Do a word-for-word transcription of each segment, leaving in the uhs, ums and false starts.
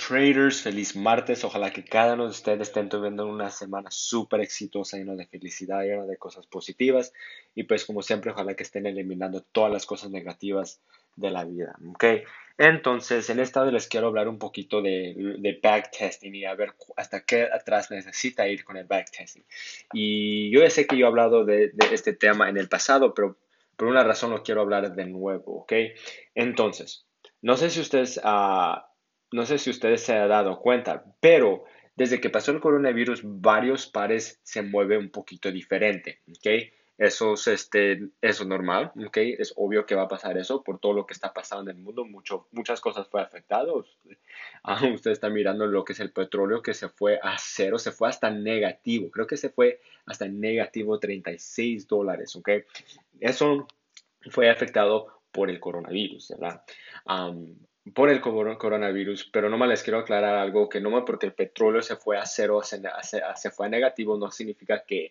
traders, feliz martes. Ojalá que cada uno de ustedes estén teniendo una semana súper exitosa, llena de felicidad, llena de cosas positivas. Y pues como siempre, ojalá que estén eliminando todas las cosas negativas de la vida. ¿Ok? Entonces, en esta vez les quiero hablar un poquito de, de backtesting y a ver cu- hasta qué atrás necesita ir con el backtesting. Y yo ya sé que yo he hablado de, de este tema en el pasado, pero por una razón lo quiero hablar de nuevo. ¿Ok? Entonces, no sé si ustedes... ah, no sé si ustedes se han dado cuenta, pero desde que pasó el coronavirus, varios pares se mueven un poquito diferente, ¿ok? Eso es, este, eso es normal, ¿ok? Es obvio que va a pasar eso por todo lo que está pasando en el mundo. Mucho, muchas cosas fue afectado. Ah, usted está mirando lo que es el petróleo que se fue a cero, se fue hasta negativo. Creo que se fue hasta negativo treinta y seis dólares, ¿ok? Eso fue afectado por el coronavirus, ¿verdad? Am, por el coro- coronavirus, pero nomás les quiero aclarar algo, que no más porque el petróleo se fue a cero, se, se- se fue a negativo, no significa que,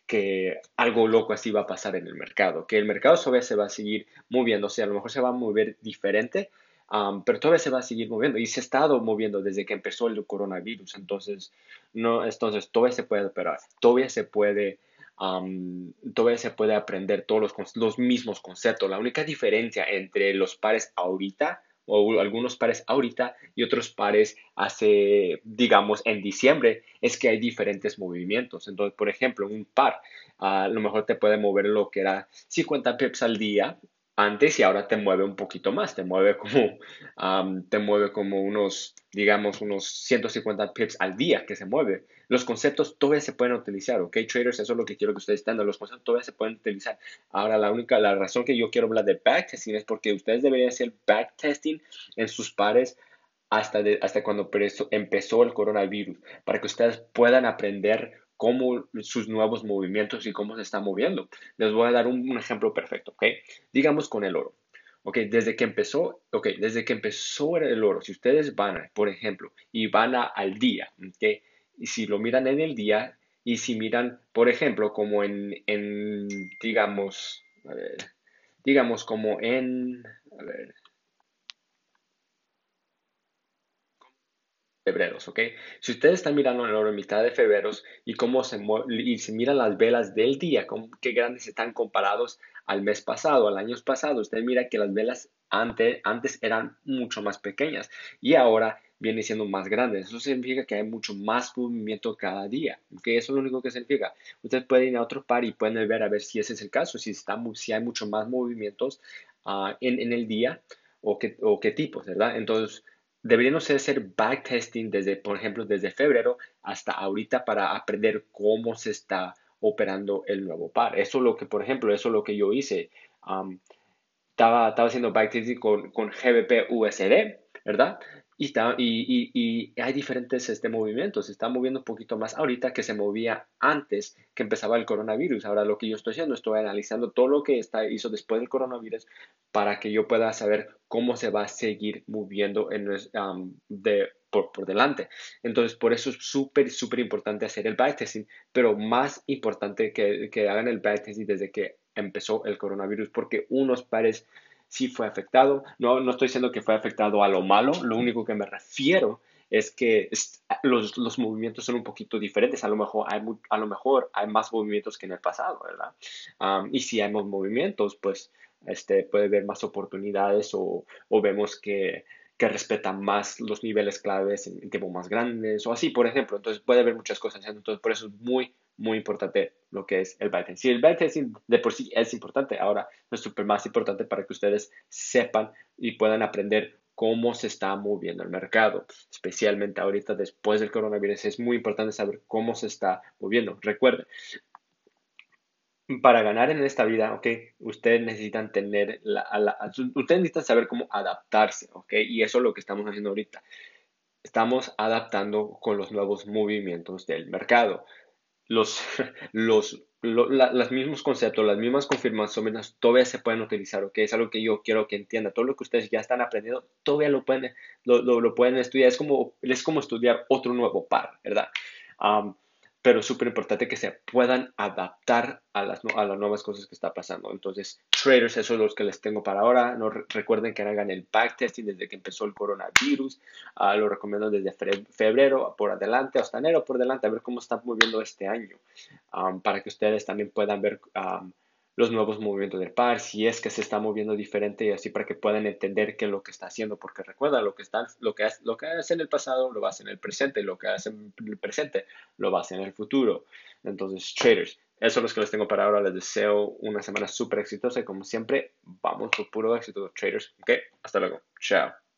que algo loco así va a pasar en el mercado, que el mercado todavía se va a seguir moviéndose, a lo mejor se va a mover diferente, am, pero todavía se va a seguir moviendo y se ha estado moviendo desde que empezó el coronavirus, entonces, no, entonces todavía se puede operar, todavía se puede um, todavía se puede aprender todos los, los mismos conceptos. La única diferencia entre los pares ahorita o algunos pares ahorita y otros pares hace, digamos, en diciembre, es que hay diferentes movimientos. Entonces, por ejemplo, un par, uh, a lo mejor te puede mover lo que era cincuenta pips al día antes y ahora te mueve un poquito más, te mueve como, um, te mueve como unos, digamos, unos ciento cincuenta pips al día que se mueve. Los conceptos todavía se pueden utilizar, ¿ok? Traders, eso es lo que quiero que ustedes entiendan. Los conceptos todavía se pueden utilizar. Ahora, la única, la razón que yo quiero hablar de backtesting es porque ustedes deberían hacer backtesting en sus pares hasta, de- hasta cuando preso- empezó el coronavirus, para que ustedes puedan aprender cómo sus nuevos movimientos y cómo se está moviendo. Les voy a dar un, un ejemplo perfecto, ¿ok? Digamos con el oro. Ok, desde que empezó, ok, desde que empezó el oro, si ustedes van, por ejemplo, y van a- al día, ok, y si lo miran en el día, y si miran, por ejemplo, como en, en digamos, a ver, digamos como en, a ver, febreros, ¿ok? Si ustedes están mirando el oro en mitad de febrero y cómo se mue- y si miran las velas del día, cómo- qué grandes están comparados al mes pasado, al año pasado, usted mira que las velas antes, antes eran mucho más pequeñas y ahora vienen siendo más grandes. Eso significa que hay mucho más movimiento cada día, ¿ok? Eso es lo único que significa. Ustedes pueden ir a otro par y pueden ver a ver si ese es el caso, si, está, mu- si hay mucho más movimientos ah, en, en el día o qué, o qué tipos, ¿verdad? Entonces, deberíamos hacer backtesting desde, por ejemplo, desde febrero hasta ahorita para aprender cómo se está operando el nuevo par. Eso es lo que, por ejemplo, eso es lo que yo hice. Um, estaba, estaba haciendo backtesting con, con G B P U S D, ¿verdad? Y, está, y, y, y hay diferentes este, movimientos. Se está moviendo un poquito más ahorita que se movía antes que empezaba el coronavirus. Ahora lo que yo estoy haciendo, estoy analizando todo lo que está, hizo después del coronavirus para que yo pueda saber cómo se va a seguir moviendo en, um, de, por, por delante. Entonces, por eso es súper, súper importante hacer el backtesting, pero más importante que, que hagan el backtesting desde que empezó el coronavirus, porque unos pares sí fue afectado. No, no estoy diciendo que fue afectado a lo malo, lo único que me refiero es que los, los movimientos son un poquito diferentes. A lo mejor hay, a lo mejor hay más movimientos que en el pasado, ¿verdad? Um, y si hay más movimientos, pues este, puede haber más oportunidades o, o vemos que, que respetan más los niveles claves en, en tiempos más grandes o así, por ejemplo. Entonces puede haber muchas cosas. Entonces por eso es muy, muy importante lo que es el backtesting. Si el backtesting de por sí es importante, ahora es súper más importante para que ustedes sepan y puedan aprender cómo se está moviendo el mercado, especialmente ahorita después del coronavirus. Es muy importante saber cómo se está moviendo. Recuerden, para ganar en esta vida, ¿ok? Ustedes necesitan tener, la, a la- a su- ustedes necesitan saber cómo adaptarse, ¿ok? Y eso es lo que estamos haciendo ahorita. Estamos adaptando con los nuevos movimientos del mercado. Los, los, lo- la- los mismos conceptos, las mismas confirmaciones todavía se pueden utilizar, ¿ok? Es algo que yo quiero que entiendan. Todo lo que ustedes ya están aprendiendo, todavía lo pueden, lo, lo- lo pueden estudiar. Es como, es como estudiar otro nuevo par, ¿verdad? pero es súper importante que se puedan adaptar a las, a las nuevas cosas que está pasando. Entonces, traders, esos son los que les tengo para ahora. No re- recuerden que hagan el backtesting desde que empezó el coronavirus. Uh, lo recomiendo desde febrero por adelante, hasta enero por delante, a ver cómo está moviendo este año, um, para que ustedes también puedan ver um, los nuevos movimientos del par, si es que se está moviendo diferente y así para que puedan entender qué es lo que está haciendo, porque recuerda, lo que, está, lo que, hace, lo que hace en el pasado lo va a hacer en el presente, lo que hace en el presente lo va a hacer en el futuro. Entonces, traders, eso es lo que les tengo para ahora. Les deseo una semana súper exitosa y como siempre, vamos por puro éxito, traders. Ok, hasta luego. Chao.